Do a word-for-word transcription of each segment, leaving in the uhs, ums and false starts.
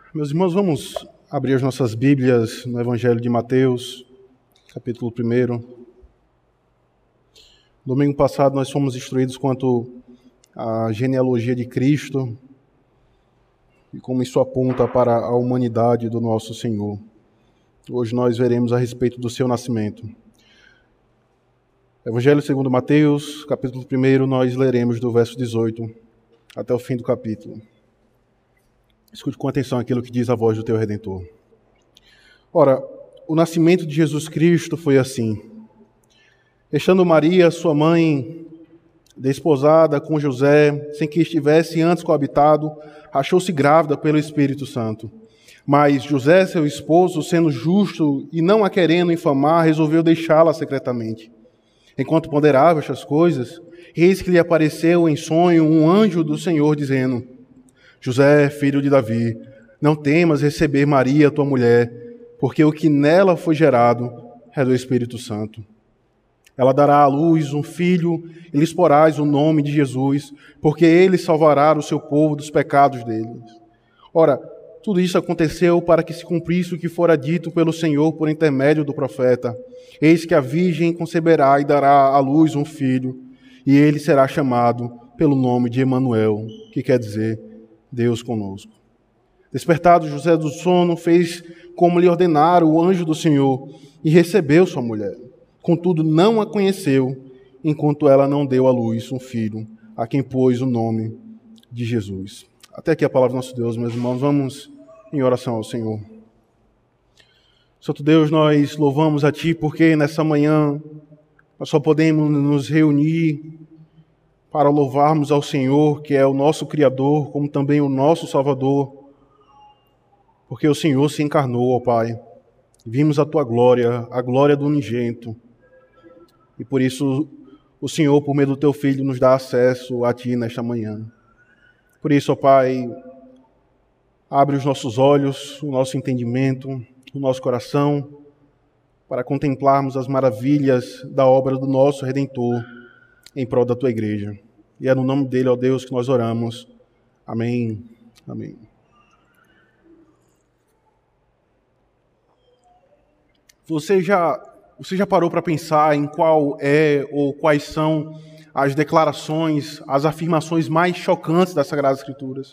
Meus irmãos, vamos abrir as nossas Bíblias no Evangelho de Mateus, capítulo primeiro. Domingo passado nós fomos instruídos quanto à genealogia de Cristo e como isso aponta para a humanidade do nosso Senhor. Hoje nós veremos a respeito do seu nascimento. Evangelho segundo Mateus, capítulo primeiro, nós leremos do verso dezoito até o fim do capítulo. Escute com atenção aquilo que diz a voz do teu Redentor. Ora, o nascimento de Jesus Cristo foi assim. Estando Maria, sua mãe, desposada com José, sem que estivesse antes coabitado, achou-se grávida pelo Espírito Santo. Mas José, seu esposo, sendo justo e não a querendo infamar, resolveu deixá-la secretamente. Enquanto ponderava estas coisas, eis que lhe apareceu em sonho um anjo do Senhor, dizendo: José, filho de Davi, não temas receber Maria, tua mulher, porque o que nela foi gerado é do Espírito Santo. Ela dará à luz um filho, e lhes porás o nome de Jesus, porque ele salvará o seu povo dos pecados deles. Ora, tudo isso aconteceu para que se cumprisse o que fora dito pelo Senhor por intermédio do profeta. Eis que a virgem conceberá e dará à luz um filho, e ele será chamado pelo nome de Emanuel, que quer dizer Deus conosco. Despertado José do sono, fez como lhe ordenara o anjo do Senhor e recebeu sua mulher. Contudo, não a conheceu, enquanto ela não deu à luz um filho, a quem pôs o nome de Jesus. Até aqui a palavra do nosso Deus, meus irmãos. Vamos em oração ao Senhor. Santo Deus, nós louvamos a Ti porque nessa manhã nós só podemos nos reunir para louvarmos ao Senhor, que é o nosso Criador, como também o nosso Salvador, porque o Senhor se encarnou, ó Pai. Vimos a Tua glória, a glória do unigênito, e por isso o Senhor, por meio do Teu Filho, nos dá acesso a Ti nesta manhã. Por isso, ó Pai, abre os nossos olhos, o nosso entendimento, o nosso coração, para contemplarmos as maravilhas da obra do nosso Redentor, em prol da Tua igreja. E é no nome dele, ó Deus, que nós oramos. Amém. Amém. Você já, você já parou para pensar em qual é ou quais são as declarações, as afirmações mais chocantes das Sagradas Escrituras?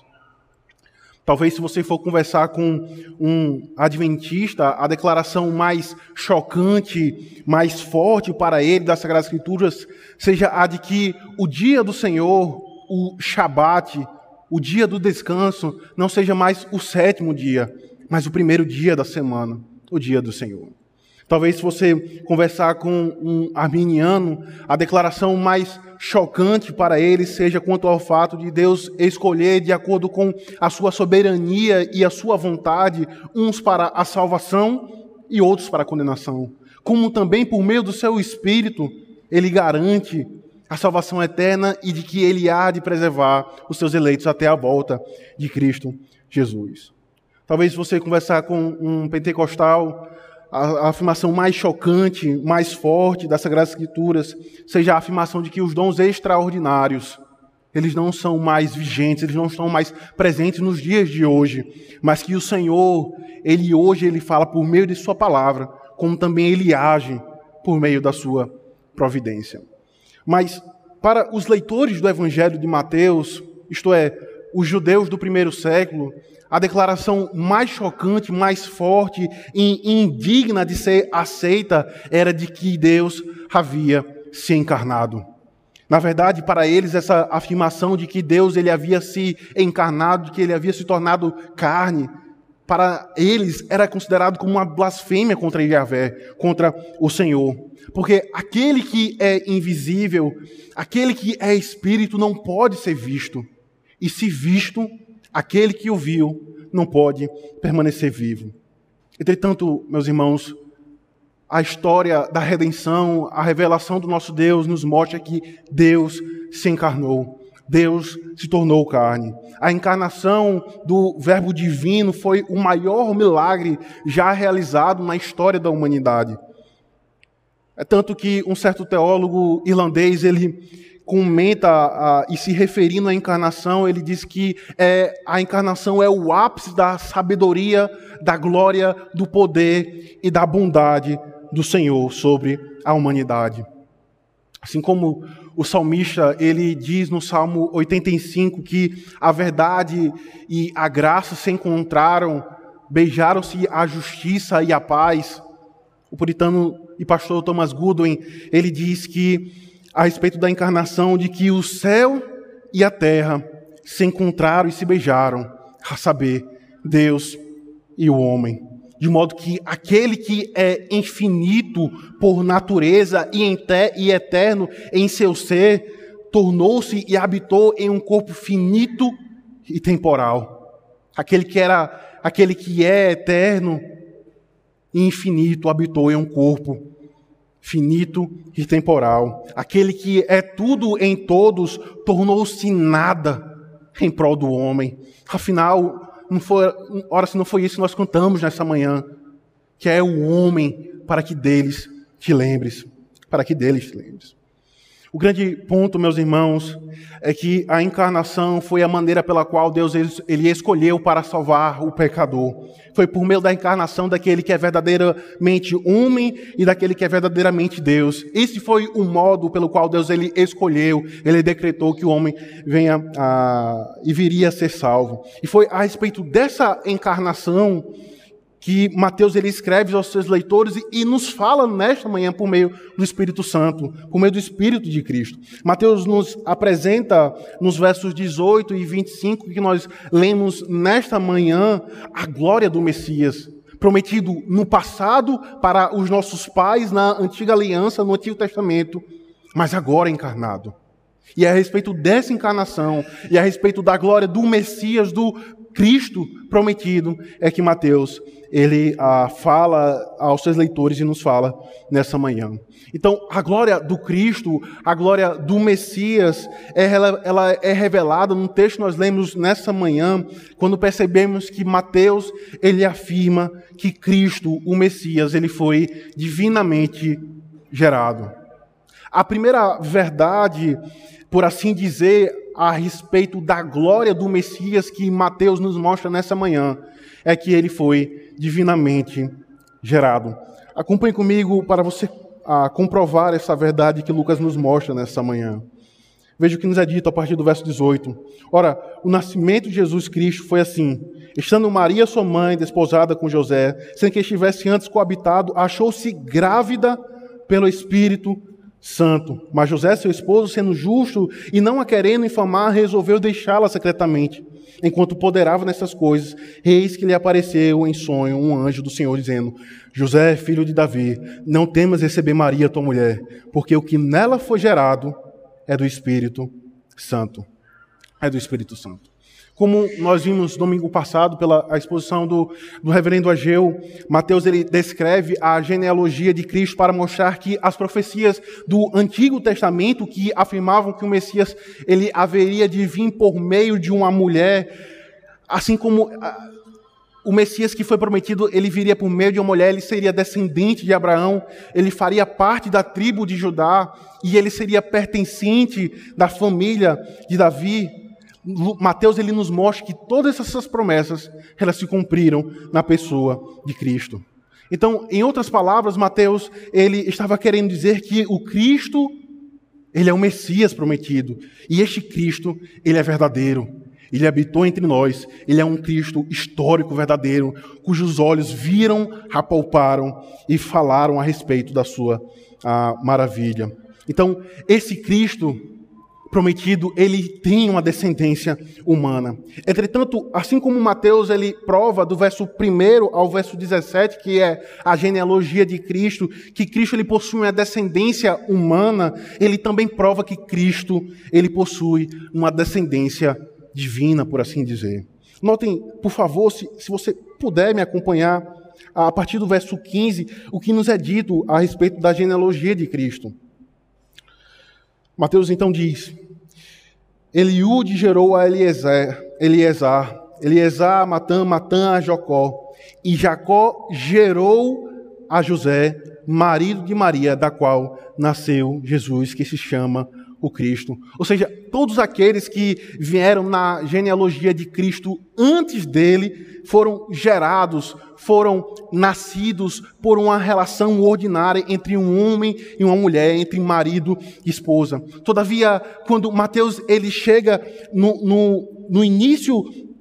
Talvez, se você for conversar com um adventista, a declaração mais chocante, mais forte para ele das Sagradas Escrituras seja a de que o dia do Senhor, o Shabat, o dia do descanso, não seja mais o sétimo dia, mas o primeiro dia da semana, o dia do Senhor. Talvez, se você conversar com um arminiano, a declaração mais chocante para ele seja quanto ao fato de Deus escolher, de acordo com a sua soberania e a sua vontade, uns para a salvação e outros para a condenação. Como também, por meio do seu Espírito, ele garante a salvação eterna e de que ele há de preservar os seus eleitos até a volta de Cristo Jesus. Talvez, se você conversar com um pentecostal, a afirmação mais chocante, mais forte das Sagradas Escrituras seja a afirmação de que os dons extraordinários, eles não são mais vigentes, eles não estão mais presentes nos dias de hoje, mas que o Senhor, Ele hoje Ele fala por meio de Sua palavra, como também Ele age por meio da Sua providência. Mas para os leitores do Evangelho de Mateus, isto é, os judeus do primeiro século, a declaração mais chocante, mais forte e indigna de ser aceita era de que Deus havia se encarnado. Na verdade, para eles, essa afirmação de que Deus ele havia se encarnado, de que ele havia se tornado carne, para eles era considerado como uma blasfêmia contra Yahvé, contra o Senhor. Porque aquele que é invisível, aquele que é espírito, não pode ser visto. E se visto, aquele que o viu não pode permanecer vivo. Entretanto, meus irmãos, a história da redenção, a revelação do nosso Deus nos mostra que Deus se encarnou. Deus se tornou carne. A encarnação do Verbo divino foi o maior milagre já realizado na história da humanidade. É tanto que um certo teólogo irlandês, ele comenta uh, e se referindo à encarnação, ele diz que é, a encarnação é o ápice da sabedoria, da glória, do poder e da bondade do Senhor sobre a humanidade. Assim como o salmista, ele diz no Salmo oitenta e cinco que a verdade e a graça se encontraram, beijaram-se a justiça e a paz. O puritano e pastor Thomas Goodwin, ele diz que, a respeito da encarnação, de que o céu e a terra se encontraram e se beijaram, a saber, Deus e o homem. De modo que aquele que é infinito por natureza e eterno em seu ser, tornou-se e habitou em um corpo finito e temporal. Aquele que era, aquele que é eterno e infinito habitou em um corpo finito e temporal. Aquele que é tudo em todos tornou-se nada em prol do homem. Afinal, não foi, ora, se não foi isso que nós cantamos nessa manhã, que é o homem para que deles te lembres, para que deles te lembres. O grande ponto, meus irmãos, é que a encarnação foi a maneira pela qual Deus ele escolheu para salvar o pecador. Foi por meio da encarnação daquele que é verdadeiramente homem e daquele que é verdadeiramente Deus. Esse foi o modo pelo qual Deus ele escolheu, ele decretou que o homem venha a, e viria a ser salvo. E foi a respeito dessa encarnação que Mateus ele escreve aos seus leitores e, e nos fala nesta manhã por meio do Espírito Santo, por meio do Espírito de Cristo. Mateus nos apresenta nos versos dezoito e vinte e cinco que nós lemos nesta manhã a glória do Messias, prometido no passado para os nossos pais na antiga aliança, no Antigo Testamento, mas agora encarnado. E é a respeito dessa encarnação e a respeito da glória do Messias, do Cristo prometido, é que Mateus ele ah, fala aos seus leitores e nos fala nessa manhã. Então, a glória do Cristo, a glória do Messias, é, ela, ela é revelada no texto que nós lemos nessa manhã, quando percebemos que Mateus ele afirma que Cristo, o Messias, ele foi divinamente gerado. A primeira verdade, por assim dizer, a respeito da glória do Messias que Mateus nos mostra nessa manhã, é que ele foi divinamente gerado. Acompanhe comigo para você ah, comprovar essa verdade que Lucas nos mostra nessa manhã. Veja o que nos é dito a partir do verso dezoito. Ora, o nascimento de Jesus Cristo foi assim. Estando Maria, sua mãe, desposada com José, sem que estivesse antes coabitado, achou-se grávida pelo Espírito Santo. Mas José, seu esposo, sendo justo e não a querendo infamar, resolveu deixá-la secretamente. Enquanto ponderava nessas coisas, eis que lhe apareceu em sonho um anjo do Senhor, dizendo: José, filho de Davi, não temas receber Maria, tua mulher, porque o que nela foi gerado é do Espírito Santo. É do Espírito Santo. Como nós vimos domingo passado pela a exposição do, do reverendo Ageu, Mateus ele descreve a genealogia de Cristo para mostrar que as profecias do Antigo Testamento que afirmavam que o Messias ele haveria de vir por meio de uma mulher, assim como a, o Messias que foi prometido, ele viria por meio de uma mulher, ele seria descendente de Abraão, ele faria parte da tribo de Judá e ele seria pertencente da família de Davi. Mateus ele nos mostra que todas essas promessas elas se cumpriram na pessoa de Cristo. Então, em outras palavras, Mateus ele estava querendo dizer que o Cristo ele é o Messias prometido e este Cristo ele é verdadeiro. Ele habitou entre nós. Ele é um Cristo histórico verdadeiro, cujos olhos viram, apalparam e falaram a respeito da sua a, maravilha. Então, esse Cristo prometido, ele tem uma descendência humana. Entretanto, assim como Mateus ele prova do verso primeiro ao verso dezessete, que é a genealogia de Cristo, que Cristo ele possui uma descendência humana, ele também prova que Cristo ele possui uma descendência divina, por assim dizer. Notem, por favor, se, se você puder me acompanhar, a partir do verso quinze, o que nos é dito a respeito da genealogia de Cristo. Mateus então diz: Eliúde gerou a Eliezer, Eliezer, Eliezer a Matã, Matã a Jacó, e Jacó gerou a José, marido de Maria, da qual nasceu Jesus, que se chama o Cristo. Ou seja, todos aqueles que vieram na genealogia de Cristo antes dele foram gerados, foram nascidos por uma relação ordinária entre um homem e uma mulher, entre marido e esposa. Todavia, quando Mateus ele chega no, no, no início,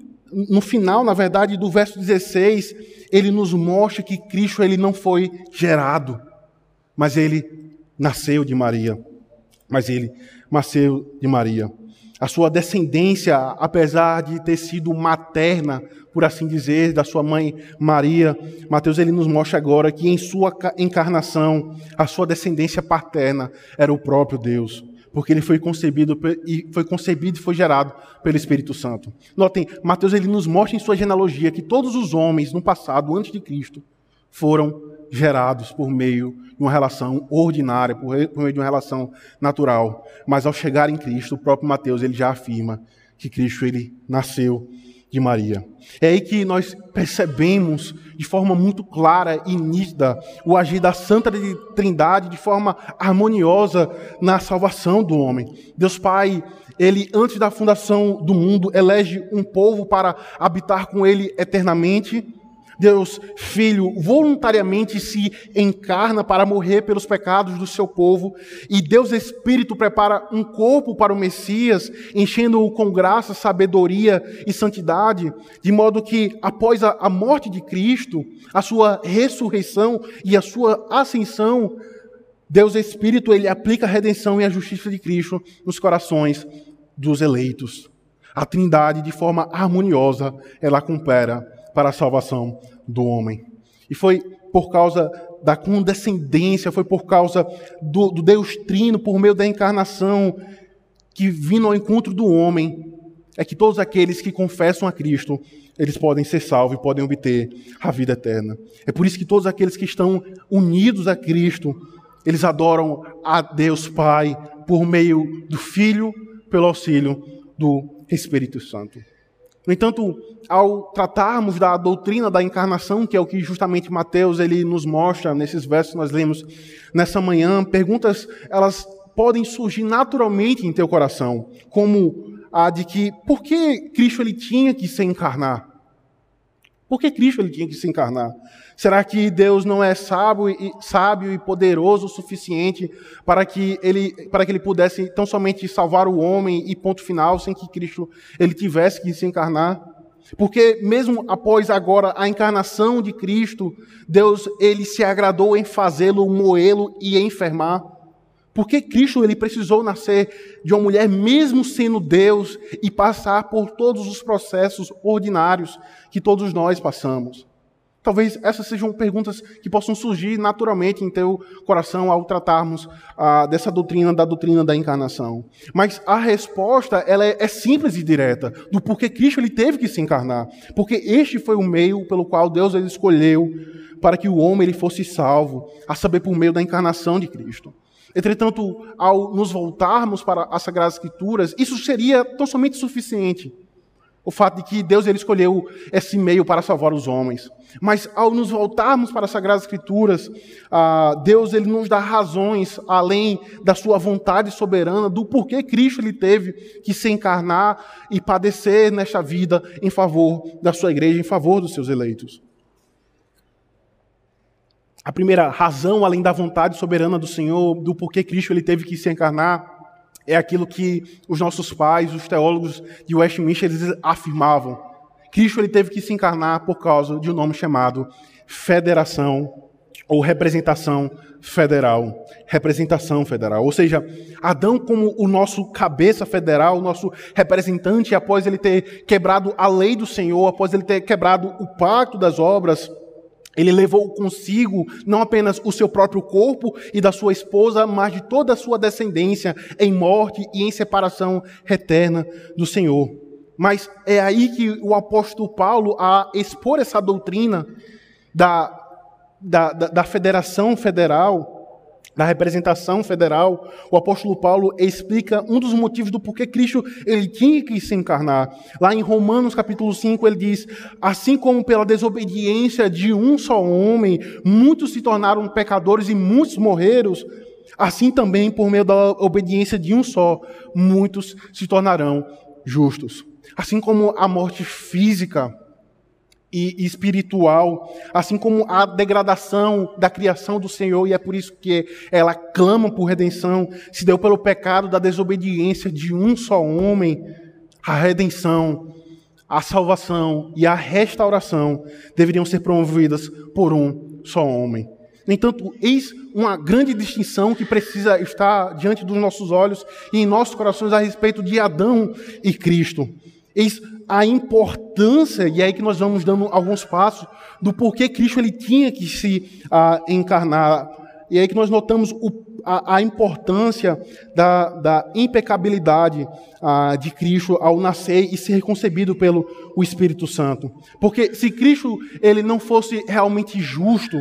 no final, na verdade, do verso dezesseis, ele nos mostra que Cristo ele não foi gerado, mas ele nasceu de Maria. Mas ele nasceu de Maria. A sua descendência, apesar de ter sido materna, por assim dizer, da sua mãe Maria, Mateus ele nos mostra agora que em sua encarnação, a sua descendência paterna era o próprio Deus, porque ele foi concebido e foi concebido e foi gerado pelo Espírito Santo. Notem, Mateus ele nos mostra em sua genealogia que todos os homens no passado, antes de Cristo, foram gerados por meio de uma relação ordinária, por meio de uma relação natural. Mas ao chegar em Cristo, o próprio Mateus ele já afirma que Cristo ele nasceu de Maria. É aí que nós percebemos de forma muito clara e nítida o agir da Santa Trindade de forma harmoniosa na salvação do homem. Deus Pai, ele antes da fundação do mundo elege um povo para habitar com ele eternamente. Deus Filho voluntariamente se encarna para morrer pelos pecados do seu povo, e Deus Espírito prepara um corpo para o Messias, enchendo-o com graça, sabedoria e santidade, de modo que após a morte de Cristo, a sua ressurreição e a sua ascensão, Deus Espírito ele aplica a redenção e a justiça de Cristo nos corações dos eleitos. A Trindade, de forma harmoniosa, ela coopera para a salvação do homem. E foi por causa da condescendência, foi por causa do, do Deus Trino, por meio da encarnação, que vindo ao encontro do homem, é que todos aqueles que confessam a Cristo, eles podem ser salvos e podem obter a vida eterna. É por isso que todos aqueles que estão unidos a Cristo, eles adoram a Deus Pai por meio do Filho, pelo auxílio do Espírito Santo. No entanto, ao tratarmos da doutrina da encarnação, que é o que justamente Mateus ele nos mostra nesses versos que nós lemos nessa manhã, perguntas elas podem surgir naturalmente em teu coração, como a de que por que Cristo ele tinha que se encarnar? Por que Cristo ele tinha que se encarnar? Será que Deus não é sábio e, sábio e poderoso o suficiente para que, ele, para que ele pudesse tão somente salvar o homem e ponto final, sem que Cristo ele tivesse que se encarnar? Porque mesmo após agora a encarnação de Cristo, Deus ele se agradou em fazê-lo moê-lo e enfermar. Porque Cristo ele precisou nascer de uma mulher, mesmo sendo Deus, e passar por todos os processos ordinários que todos nós passamos. Talvez essas sejam perguntas que possam surgir naturalmente em teu coração ao tratarmos ah, dessa doutrina, da doutrina da encarnação. Mas a resposta ela é, é simples e direta, do porquê Cristo ele teve que se encarnar. Porque este foi o meio pelo qual Deus ele escolheu para que o homem ele fosse salvo, a saber, por meio da encarnação de Cristo. Entretanto, ao nos voltarmos para as Sagradas Escrituras, isso seria tão somente suficiente. O fato de que Deus ele escolheu esse meio para salvar os homens. Mas ao nos voltarmos para as Sagradas Escrituras, ah, Deus ele nos dá razões, além da sua vontade soberana, do porquê Cristo ele teve que se encarnar e padecer nesta vida em favor da sua igreja, em favor dos seus eleitos. A primeira razão, além da vontade soberana do Senhor, do porquê Cristo ele teve que se encarnar, é aquilo que os nossos pais, os teólogos de Westminster, eles afirmavam. Cristo ele teve que se encarnar por causa de um nome chamado federação ou representação federal. Representação federal. Ou seja, Adão como o nosso cabeça federal, o nosso representante, após ele ter quebrado a lei do Senhor, após ele ter quebrado o pacto das obras, ele levou consigo não apenas o seu próprio corpo e da sua esposa, mas de toda a sua descendência em morte e em separação eterna do Senhor. Mas é aí que o apóstolo Paulo, a expor essa doutrina da, da, da, da federação federal, da representação federal, o apóstolo Paulo explica um dos motivos do porquê Cristo ele tinha que se encarnar. Lá em Romanos capítulo cinco ele diz: assim como pela desobediência de um só homem, muitos se tornaram pecadores e muitos morreram, assim também, por meio da obediência de um só, muitos se tornarão justos. Assim como a morte física e espiritual, assim como a degradação da criação do Senhor, e é por isso que ela clama por redenção, se deu pelo pecado da desobediência de um só homem, a redenção, a salvação e a restauração deveriam ser promovidas por um só homem. No entanto, eis uma grande distinção que precisa estar diante dos nossos olhos e em nossos corações a respeito de Adão e Cristo. Eis a importância, e é aí que nós vamos dando alguns passos, do porquê Cristo ele tinha que se uh, encarnar. E é aí que nós notamos o, a, a importância da, da impecabilidade uh, de Cristo ao nascer e ser concebido pelo o Espírito Santo. Porque se Cristo ele não fosse realmente justo,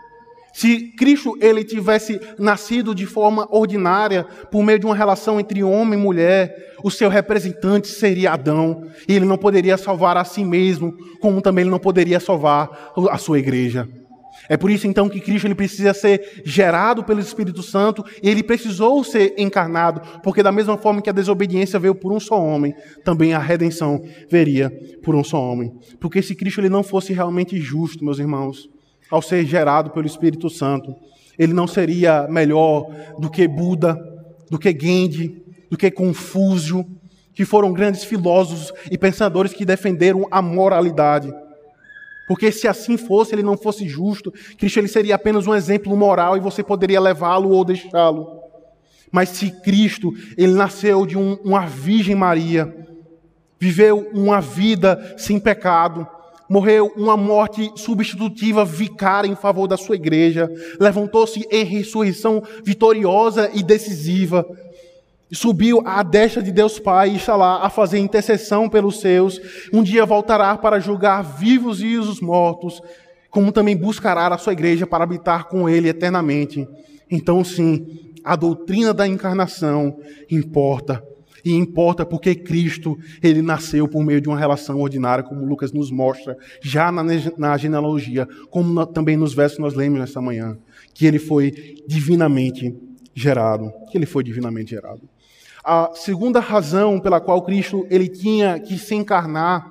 se Cristo ele tivesse nascido de forma ordinária, por meio de uma relação entre homem e mulher, o seu representante seria Adão, e ele não poderia salvar a si mesmo, como também ele não poderia salvar a sua igreja. É por isso então que Cristo ele precisa ser gerado pelo Espírito Santo, e ele precisou ser encarnado, porque da mesma forma que a desobediência veio por um só homem, também a redenção veria por um só homem. Porque se Cristo ele não fosse realmente justo, meus irmãos, ao ser gerado pelo Espírito Santo, ele não seria melhor do que Buda, do que Gandhi, do que Confúcio, que foram grandes filósofos e pensadores que defenderam a moralidade. Porque se assim fosse, ele não fosse justo, Cristo ele seria apenas um exemplo moral e você poderia levá-lo ou deixá-lo. Mas se Cristo ele nasceu de um, uma Virgem Maria, viveu uma vida sem pecado, morreu uma morte substitutiva vicária em favor da sua igreja, levantou-se em ressurreição vitoriosa e decisiva, subiu à destra de Deus Pai e está lá a fazer intercessão pelos seus, um dia voltará para julgar vivos e os mortos, como também buscará a sua igreja para habitar com ele eternamente. Então sim, a doutrina da encarnação importa. E importa porque Cristo, ele nasceu por meio de uma relação ordinária, como Lucas nos mostra, já na, na genealogia, como na, também nos versos que nós lemos nesta manhã, que ele foi divinamente gerado. Que ele foi divinamente gerado. A segunda razão pela qual Cristo ele tinha que se encarnar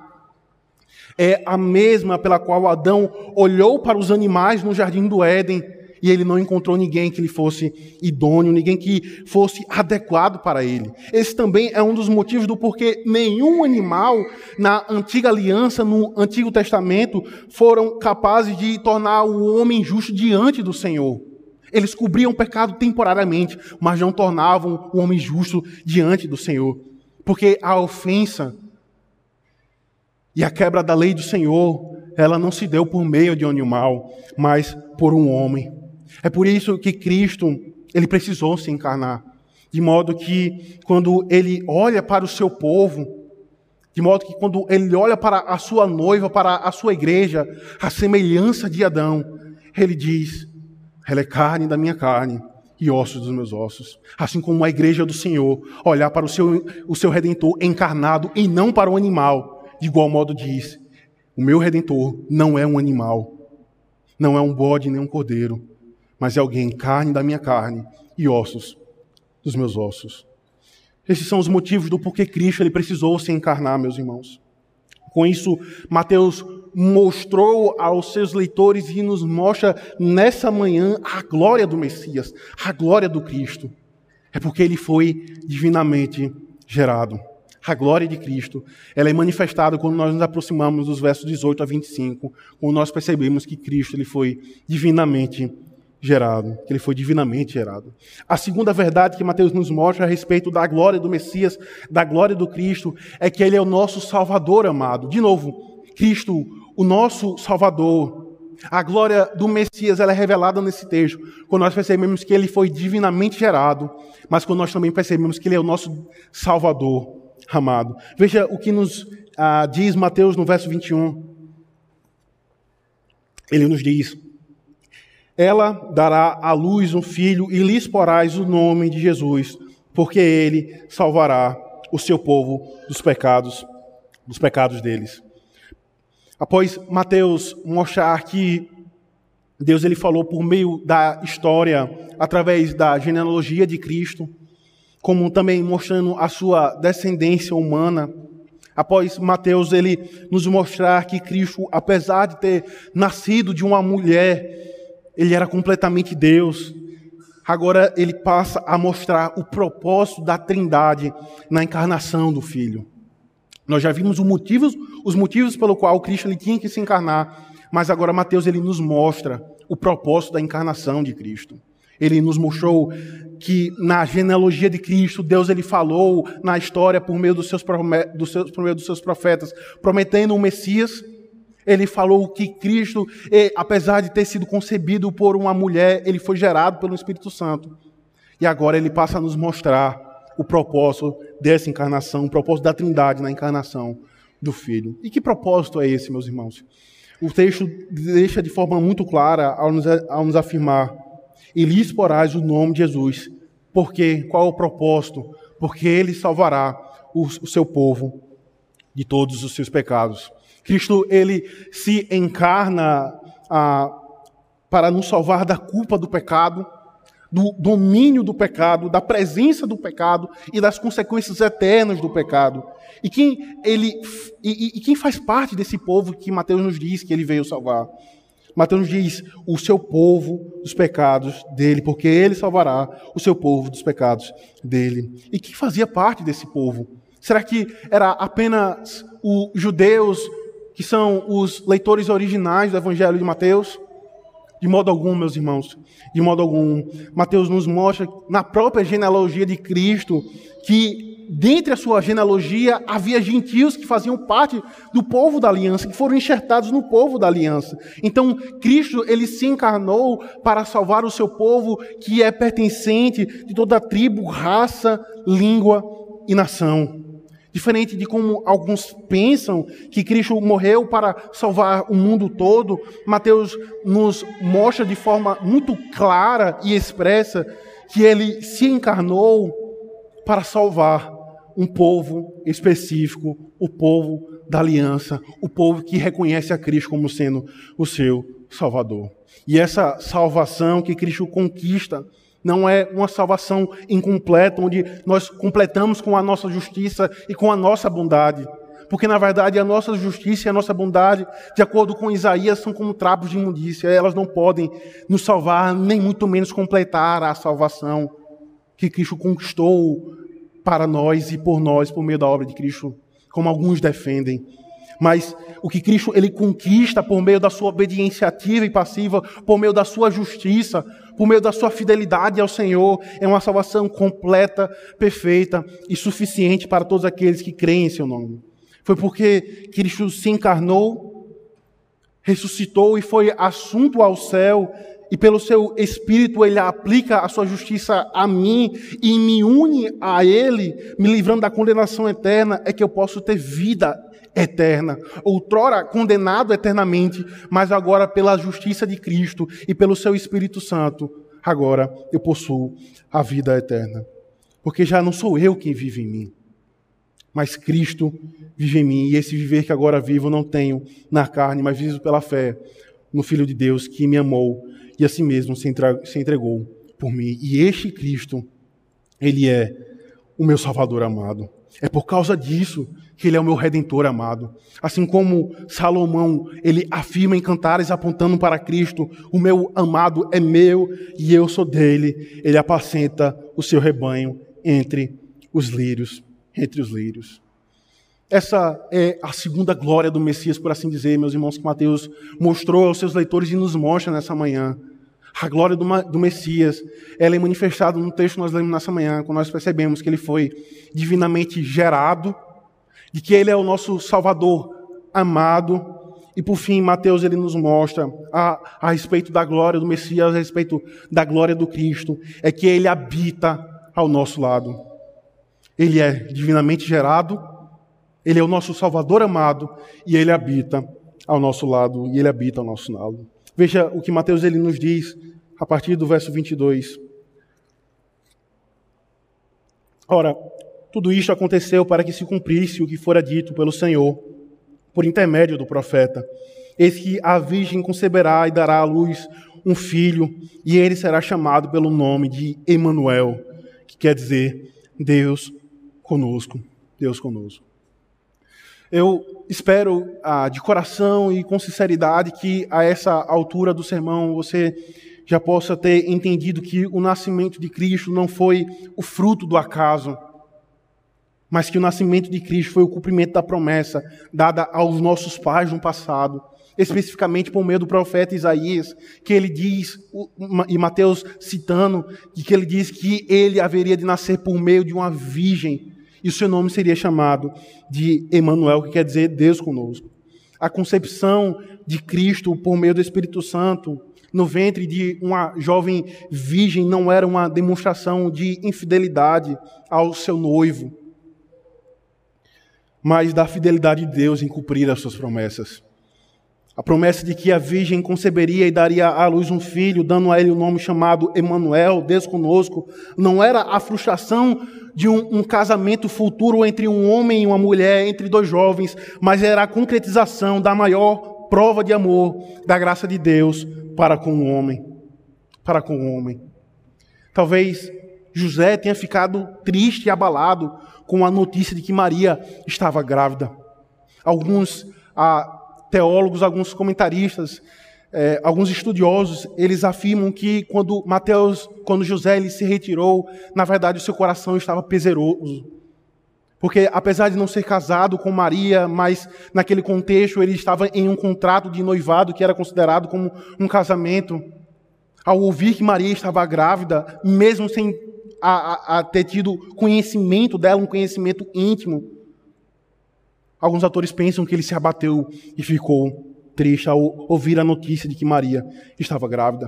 é a mesma pela qual Adão olhou para os animais no jardim do Éden, e ele não encontrou ninguém que lhe fosse idôneo, ninguém que fosse adequado para ele. Esse também é um dos motivos do porquê nenhum animal na antiga aliança, no Antigo Testamento, foram capazes de tornar o homem justo diante do Senhor. Eles cobriam o pecado temporariamente, mas não tornavam o homem justo diante do Senhor. Porque a ofensa e a quebra da lei do Senhor, ela não se deu por meio de um animal, mas por um homem. É por isso que Cristo, ele precisou se encarnar, de modo que quando ele olha para o seu povo, de modo que quando ele olha para a sua noiva, para a sua igreja, a semelhança de Adão, ele diz, ela é carne da minha carne e ossos dos meus ossos. Assim como a igreja do Senhor olhar para o seu, o seu Redentor encarnado e não para o animal, de igual modo diz, o meu Redentor não é um animal, não é um bode nem um cordeiro, mas é alguém, carne da minha carne e ossos dos meus ossos. Esses são os motivos do porquê Cristo ele precisou se encarnar, meus irmãos. Com isso, Mateus mostrou aos seus leitores e nos mostra nessa manhã a glória do Messias, a glória do Cristo. É porque ele foi divinamente gerado. A glória de Cristo, ela é manifestada quando nós nos aproximamos dos versos dezoito a vinte e cinco, quando nós percebemos que Cristo ele foi divinamente gerado. gerado, que ele foi divinamente gerado. A segunda verdade que Mateus nos mostra a respeito da glória do Messias, da glória do Cristo, é que ele é o nosso Salvador amado. De novo, Cristo, o nosso Salvador. A glória do Messias ela é revelada nesse texto, quando nós percebemos que ele foi divinamente gerado, mas quando nós também percebemos que ele é o nosso Salvador amado. Veja o que nos ah, diz Mateus no verso vinte e um. Ele nos diz: ela dará à luz um filho e lhes porás o nome de Jesus, porque ele salvará o seu povo dos pecados, dos pecados deles. Após Mateus mostrar que Deus ele falou por meio da história, através da genealogia de Cristo, como também mostrando a sua descendência humana. Após Mateus ele nos mostrar que Cristo, apesar de ter nascido de uma mulher, ele era completamente Deus. Agora ele passa a mostrar o propósito da Trindade na encarnação do Filho. Nós já vimos os motivos, os motivos pelo qual Cristo ele tinha que se encarnar, mas agora Mateus ele nos mostra o propósito da encarnação de Cristo. Ele nos mostrou que na genealogia de Cristo, Deus ele falou na história por meio dos seus, dos seus, por meio dos seus profetas, prometendo o Messias. Ele falou que Cristo, apesar de ter sido concebido por uma mulher, ele foi gerado pelo Espírito Santo. E agora ele passa a nos mostrar o propósito dessa encarnação, o propósito da Trindade na encarnação do Filho. E que propósito é esse, meus irmãos? O texto deixa de forma muito clara ao nos, ao nos afirmar: e lhe exporás o nome de Jesus. Por quê? Qual é o propósito? Porque ele salvará o, o seu povo de todos os seus pecados. Cristo, ele se encarna ah, para nos salvar da culpa do pecado, do domínio do pecado, da presença do pecado e das consequências eternas do pecado. E quem, ele, e, e quem faz parte desse povo que Mateus nos diz que ele veio salvar? Mateus nos diz: o seu povo dos pecados dele, porque ele salvará o seu povo dos pecados dele. E quem fazia parte desse povo? Será que era apenas os judeus, que são os leitores originais do Evangelho de Mateus? De modo algum, meus irmãos, de modo algum. Mateus nos mostra, na própria genealogia de Cristo, que dentre a sua genealogia havia gentios que faziam parte do povo da aliança, que foram enxertados no povo da aliança. Então, Cristo, ele se encarnou para salvar o seu povo, que é pertencente de toda a tribo, raça, língua e nação. Diferente de como alguns pensam que Cristo morreu para salvar o mundo todo, Mateus nos mostra de forma muito clara e expressa que ele se encarnou para salvar um povo específico, o povo da aliança, o povo que reconhece a Cristo como sendo o seu Salvador. E essa salvação que Cristo conquista não é uma salvação incompleta, onde nós completamos com a nossa justiça e com a nossa bondade. Porque, na verdade, a nossa justiça e a nossa bondade, de acordo com Isaías, são como trapos de imundícia. Elas não podem nos salvar, nem muito menos completar a salvação que Cristo conquistou para nós e por nós, por meio da obra de Cristo, como alguns defendem. Mas o que Cristo ele conquista por meio da sua obediência ativa e passiva, por meio da sua justiça, por meio da sua fidelidade ao Senhor, é uma salvação completa, perfeita e suficiente para todos aqueles que creem em seu nome. Foi porque Cristo se encarnou, ressuscitou e foi assunto ao céu, e pelo seu Espírito ele aplica a sua justiça a mim e me une a ele, me livrando da condenação eterna, é que eu posso ter vida eterna. Outrora condenado eternamente, mas agora pela justiça de Cristo e pelo seu Espírito Santo, agora eu possuo a vida eterna. Porque já não sou eu quem vive em mim, mas Cristo vive em mim. E esse viver que agora vivo não tenho na carne, mas vivo pela fé no Filho de Deus que me amou e a si mesmo se entregou por mim. E este Cristo, ele é o meu Salvador amado. É por causa disso que ele é o meu Redentor amado. Assim como Salomão, ele afirma em Cantares apontando para Cristo: o meu amado é meu e eu sou dele. Ele apacenta o seu rebanho entre os lírios, entre os lírios. Essa é a segunda glória do Messias, por assim dizer, meus irmãos, que Mateus mostrou aos seus leitores e nos mostra nessa manhã. A glória do, do Messias, ela é manifestada no texto que nós lemos nessa manhã, quando nós percebemos que ele foi divinamente gerado, de que ele é o nosso Salvador amado. E por fim, Mateus ele nos mostra a, a respeito da glória do Messias, a respeito da glória do Cristo, é que ele habita ao nosso lado. Ele é divinamente gerado, ele é o nosso Salvador amado e ele habita ao nosso lado, e ele habita ao nosso lado. Veja o que Mateus ele nos diz a partir do verso vinte e dois. Ora, tudo isto aconteceu para que se cumprisse o que fora dito pelo Senhor, por intermédio do profeta. Eis que a virgem conceberá e dará à luz um filho, e ele será chamado pelo nome de Emanuel, que quer dizer Deus conosco. Deus conosco. Eu espero ah, de coração e com sinceridade que a essa altura do sermão você já possa ter entendido que o nascimento de Cristo não foi o fruto do acaso, mas que o nascimento de Cristo foi o cumprimento da promessa dada aos nossos pais no passado, especificamente por meio do profeta Isaías, que ele diz, e Mateus citando, que ele diz que ele haveria de nascer por meio de uma virgem, e o seu nome seria chamado de Emanuel, que quer dizer Deus conosco. A concepção de Cristo por meio do Espírito Santo no ventre de uma jovem virgem não era uma demonstração de infidelidade ao seu noivo, mas da fidelidade de Deus em cumprir as suas promessas. A promessa de que a virgem conceberia e daria à luz um filho, dando a ele o nome chamado Emanuel, Deus conosco, não era a frustração de um, um casamento futuro entre um homem e uma mulher, entre dois jovens, mas era a concretização da maior prova de amor, da graça de Deus para com o homem. Para com o homem. Talvez José tenha ficado triste e abalado com a notícia de que Maria estava grávida. Alguns ah, teólogos, alguns comentaristas, eh, alguns estudiosos, eles afirmam que quando Mateus, quando José ele se retirou, na verdade o seu coração estava pesaroso. Porque apesar de não ser casado com Maria, mas naquele contexto ele estava em um contrato de noivado que era considerado como um casamento. Ao ouvir que Maria estava grávida, mesmo sem a, a, a ter tido conhecimento dela, um conhecimento íntimo, alguns autores pensam que ele se abateu e ficou triste ao ouvir a notícia de que Maria estava grávida.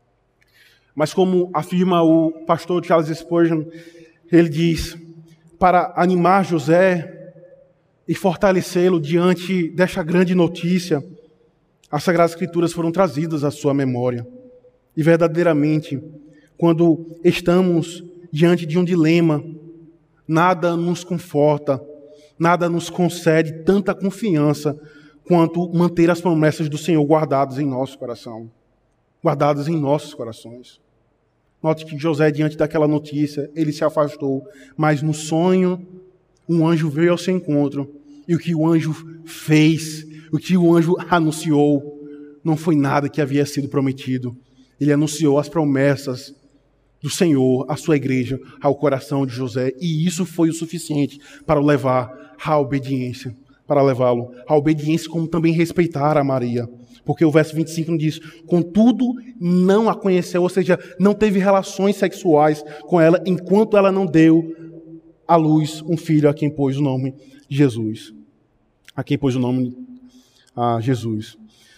Mas como afirma o pastor Charles Spurgeon, ele diz, para animar José e fortalecê-lo diante desta grande notícia, as Sagradas Escrituras foram trazidas à sua memória. E verdadeiramente, quando estamos diante de um dilema, nada nos conforta, nada nos concede tanta confiança quanto manter as promessas do Senhor guardadas em nosso coração, guardadas em nossos corações. Note que José, diante daquela notícia, ele se afastou, mas no sonho, um anjo veio ao seu encontro, e o que o anjo fez, o que o anjo anunciou, não foi nada que havia sido prometido. Ele anunciou as promessas do Senhor, à sua igreja, ao coração de José, e isso foi o suficiente para o levar à obediência, para levá-lo à obediência, como também respeitar a Maria. Porque o verso vinte e cinco diz, contudo, não a conheceu, ou seja, não teve relações sexuais com ela, enquanto ela não deu à luz um filho a quem pôs o nome de Jesus. A quem pôs o nome a Jesus.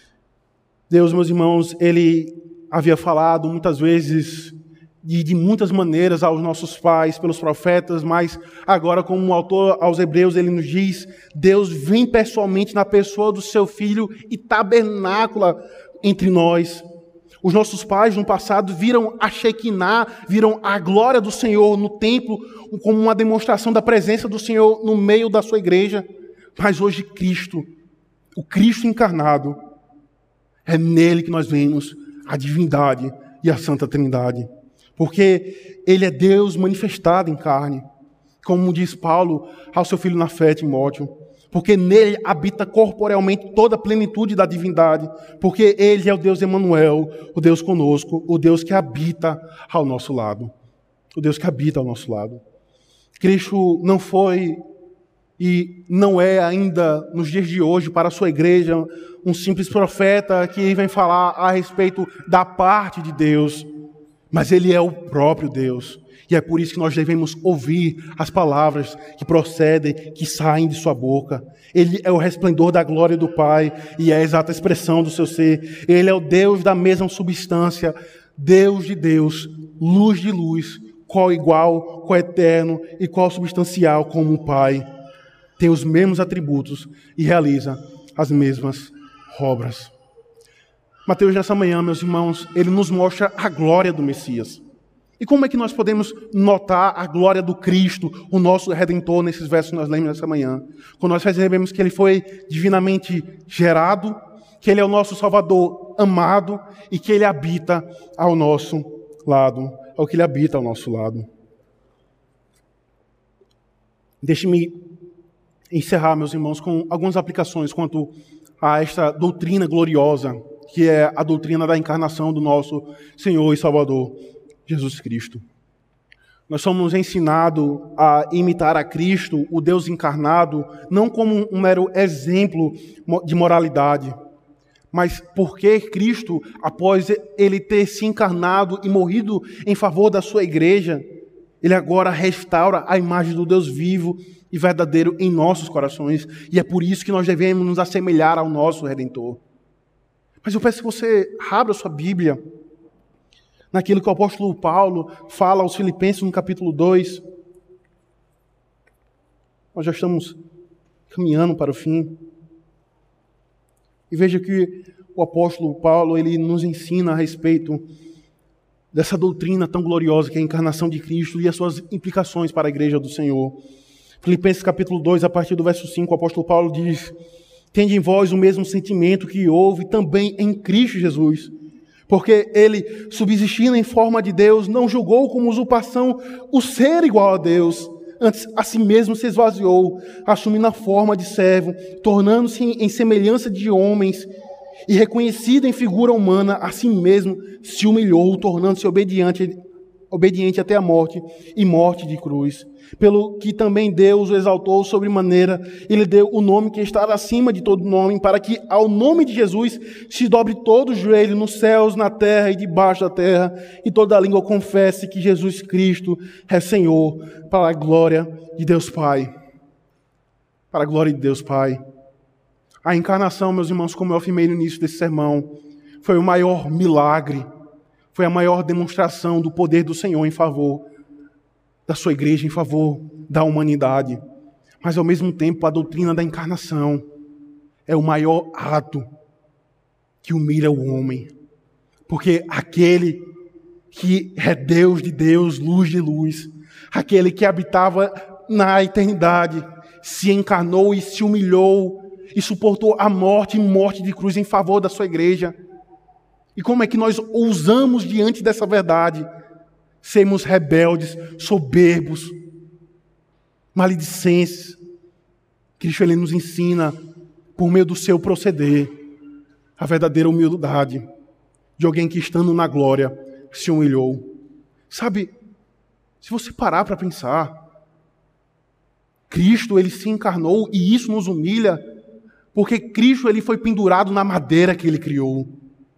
Deus, meus irmãos, Ele havia falado muitas vezes de, de muitas maneiras aos nossos pais, pelos profetas, mas agora, como o autor aos Hebreus, ele nos diz, Deus vem pessoalmente na pessoa do seu Filho e tabernácula entre nós. Os nossos pais no passado viram a Shekinah, viram a glória do Senhor no templo, como uma demonstração da presença do Senhor no meio da sua igreja. Mas hoje Cristo, o Cristo encarnado, é nele que nós vemos a divindade e a Santa Trindade. Porque Ele é Deus manifestado em carne, como diz Paulo ao seu filho na fé, Timóteo. Porque nele habita corporealmente toda a plenitude da divindade. Porque Ele é o Deus Emanuel, o Deus conosco, o Deus que habita ao nosso lado. O Deus que habita ao nosso lado. Cristo não foi e não é ainda nos dias de hoje para a sua igreja um simples profeta que vem falar a respeito da parte de Deus. Mas Ele é o próprio Deus. E é por isso que nós devemos ouvir as palavras que procedem, que saem de sua boca. Ele é o resplendor da glória do Pai e é a exata expressão do seu ser. Ele é o Deus da mesma substância, Deus de Deus, luz de luz, qual igual, qual eterno e qual substancial como o Pai. Tem os mesmos atributos e realiza as mesmas obras. Mateus, nessa manhã, meus irmãos, ele nos mostra a glória do Messias. E como é que nós podemos notar a glória do Cristo, o nosso Redentor, nesses versos que nós lemos nessa manhã? Quando nós percebemos que ele foi divinamente gerado, que Ele é o nosso Salvador amado e que Ele habita ao nosso lado, ao que Ele habita ao nosso lado. Deixe-me encerrar, meus irmãos, com algumas aplicações quanto a esta doutrina gloriosa, que é a doutrina da encarnação do nosso Senhor e Salvador, Jesus Cristo. Nós somos ensinados a imitar a Cristo, o Deus encarnado, não como um mero exemplo de moralidade, mas porque Cristo, após Ele ter se encarnado e morrido em favor da sua igreja, Ele agora restaura a imagem do Deus vivo e verdadeiro em nossos corações. E é por isso que nós devemos nos assemelhar ao nosso Redentor. Mas eu peço que você abra sua Bíblia naquilo que o apóstolo Paulo fala aos Filipenses no capítulo dois. Nós já estamos caminhando para o fim. E veja que o apóstolo Paulo, ele nos ensina a respeito dessa doutrina tão gloriosa que é a encarnação de Cristo e as suas implicações para a igreja do Senhor. Filipenses capítulo dois, a partir do verso cinco, o apóstolo Paulo diz: tende em vós o mesmo sentimento que houve também em Cristo Jesus, porque ele, subsistindo em forma de Deus, não julgou como usurpação o ser igual a Deus, antes a si mesmo se esvaziou, assumindo a forma de servo, tornando-se em semelhança de homens, e reconhecido em figura humana, a si mesmo se humilhou, tornando-se obediente, obediente até a morte, e morte de cruz. Pelo que também Deus o exaltou sobremaneira, e lhe deu o nome que está acima de todo nome, para que ao nome de Jesus se dobre todo o joelho nos céus, na terra e debaixo da terra, e toda a língua confesse que Jesus Cristo é Senhor, para a glória de Deus Pai. Para a glória de Deus Pai. A encarnação, meus irmãos, como eu afirmei no início desse sermão, foi o maior milagre, foi a maior demonstração do poder do Senhor em favor da sua igreja, em favor da humanidade. Mas, ao mesmo tempo, a doutrina da encarnação é o maior ato que humilha o homem. Porque aquele que é Deus de Deus, luz de luz, aquele que habitava na eternidade, se encarnou e se humilhou e suportou a morte e morte de cruz em favor da sua igreja. E como é que nós ousamos diante dessa verdade sermos rebeldes, soberbos, maledicentes? Cristo, ele nos ensina, por meio do seu proceder, a verdadeira humildade de alguém que, estando na glória, se humilhou. Sabe, se você parar para pensar, Cristo, ele se encarnou e isso nos humilha, porque Cristo, ele foi pendurado na madeira que ele criou.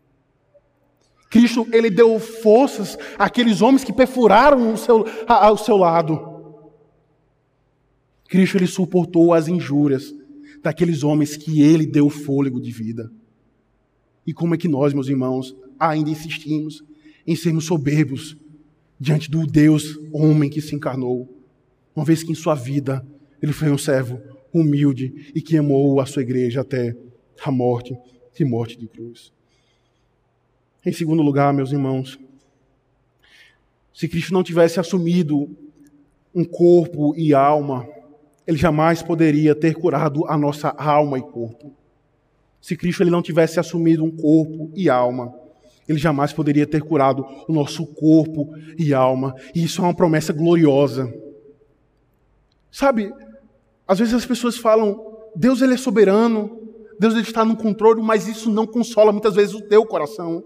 Cristo, ele deu forças àqueles homens que perfuraram o seu, ao seu lado. Cristo, ele suportou as injúrias daqueles homens que ele deu fôlego de vida. E como é que nós, meus irmãos, ainda insistimos em sermos soberbos diante do Deus homem que se encarnou, uma vez que em sua vida ele foi um servo humilde e que amou a sua igreja até a morte e morte de cruz. Em segundo lugar, meus irmãos, se Cristo não tivesse assumido um corpo e alma, ele jamais poderia ter curado a nossa alma e corpo. Se Cristo ele não tivesse assumido um corpo e alma, ele jamais poderia ter curado o nosso corpo e alma. E isso é uma promessa gloriosa. Sabe, às vezes as pessoas falam, Deus ele é soberano, Deus ele está no controle, mas isso não consola muitas vezes o teu coração.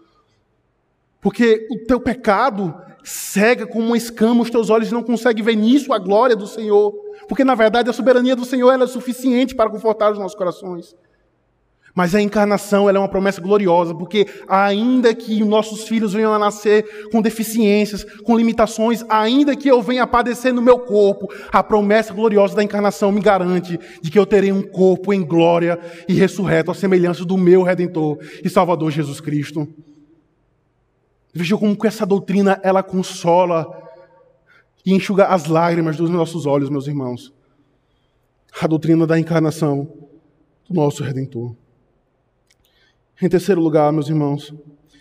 Porque o teu pecado cega como uma escama, os teus olhos não conseguem ver nisso a glória do Senhor. Porque, na verdade, a soberania do Senhor ela é suficiente para confortar os nossos corações. Mas a encarnação ela é uma promessa gloriosa, porque ainda que nossos filhos venham a nascer com deficiências, com limitações, ainda que eu venha a padecer no meu corpo, a promessa gloriosa da encarnação me garante de que eu terei um corpo em glória e ressurreto à semelhança do meu Redentor e Salvador Jesus Cristo. Veja como que essa doutrina ela consola e enxuga as lágrimas dos nossos olhos, meus irmãos. A doutrina da encarnação do nosso Redentor. Em terceiro lugar, meus irmãos,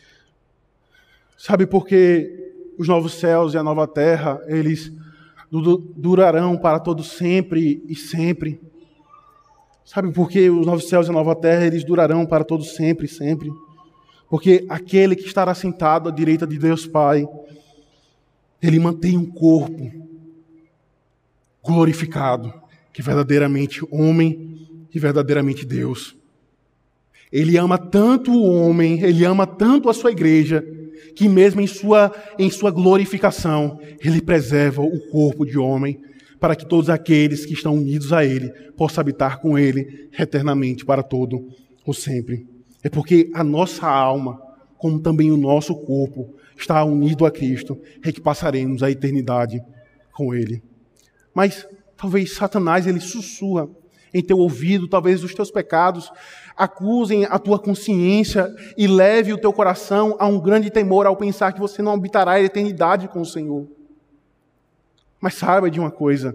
sabe por que os novos céus e a nova terra, eles durarão para todo sempre e sempre? Sabe por que os novos céus e a nova terra, eles durarão para todos sempre, sempre? Porque aquele que estará sentado à direita de Deus Pai, ele mantém um corpo glorificado, que é verdadeiramente homem e verdadeiramente Deus. Ele ama tanto o homem, ele ama tanto a sua igreja, que mesmo em sua, em sua glorificação, ele preserva o corpo de homem, para que todos aqueles que estão unidos a ele possam habitar com ele eternamente, para todo o sempre. É porque a nossa alma, como também o nosso corpo, está unido a Cristo, é que passaremos a eternidade com ele. Mas talvez Satanás ele sussurra em teu ouvido, talvez os teus pecados acusem a tua consciência e leve o teu coração a um grande temor ao pensar que você não habitará a eternidade com o Senhor. Mas saiba de uma coisa,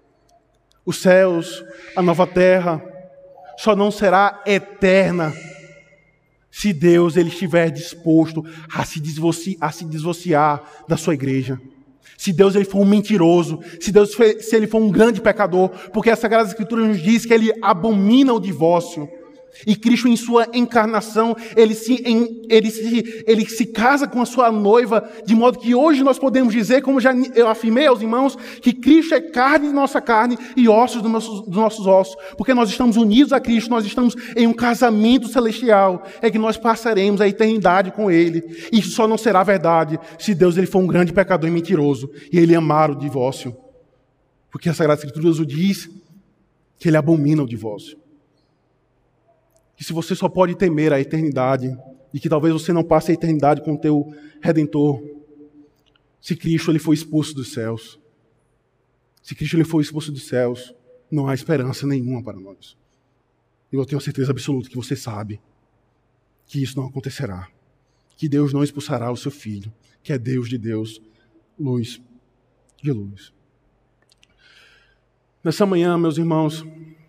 os céus, a nova terra, só não será eterna se Deus ele estiver disposto a se desvoci, a se desvociar da sua igreja. Se Deus ele for um mentiroso, se Deus se ele for um grande pecador, porque a Sagrada Escritura nos diz que ele abomina o divórcio. E Cristo, em sua encarnação, ele se, em, ele, se, ele se casa com a sua noiva, de modo que hoje nós podemos dizer, como já eu afirmei aos irmãos, que Cristo é carne de nossa carne e ossos dos nossos, dos nossos ossos. Porque nós estamos unidos a Cristo, nós estamos em um casamento celestial, é que nós passaremos a eternidade com Ele. Isso só não será verdade se Deus ele for um grande pecador e mentiroso, e Ele amar o divórcio. Porque a Sagrada Escritura nos diz que Ele abomina o divórcio. Que se você só pode temer a eternidade, e que talvez você não passe a eternidade com o teu Redentor, se Cristo ele foi expulso dos céus. Se Cristo ele foi expulso dos céus, não há esperança nenhuma para nós. Eu tenho certeza absoluta que você sabe que isso não acontecerá. Que Deus não expulsará o seu Filho, que é Deus de Deus, luz de luz. Nessa manhã, meus irmãos,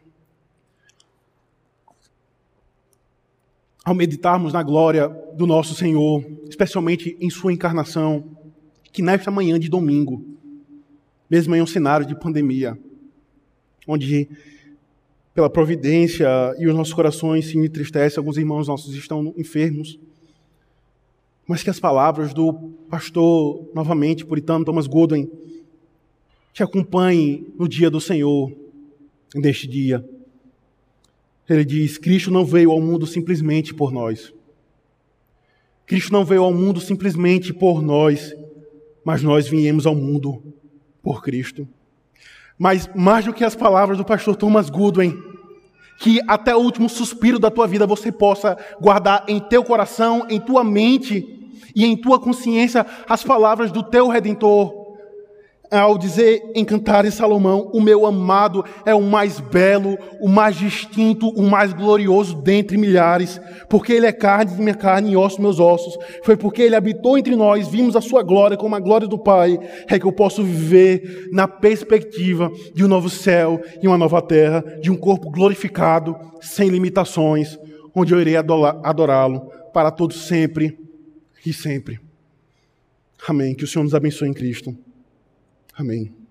ao meditarmos na glória do nosso Senhor, especialmente em sua encarnação, que nesta manhã de domingo, mesmo em um cenário de pandemia, onde pela providência e os nossos corações se entristecem, alguns irmãos nossos estão enfermos, mas que as palavras do pastor, novamente, puritano Thomas Goodwin, te acompanhem no dia do Senhor, neste dia. Ele diz, Cristo não veio ao mundo simplesmente por nós. Cristo não veio ao mundo simplesmente por nós, mas nós viemos ao mundo por Cristo. Mas mais do que as palavras do pastor Thomas Goodwin, que até o último suspiro da tua vida você possa guardar em teu coração, em tua mente e em tua consciência as palavras do teu Redentor. Ao dizer em Cantares Salomão, o meu amado é o mais belo, o mais distinto, o mais glorioso dentre milhares, porque ele é carne de minha carne e ossos dos meus ossos. Foi porque ele habitou entre nós, vimos a sua glória como a glória do Pai, é que eu posso viver na perspectiva de um novo céu e uma nova terra, de um corpo glorificado, sem limitações, onde eu irei adorá-lo para todo sempre e sempre. Amém. Que o Senhor nos abençoe em Cristo. Amém.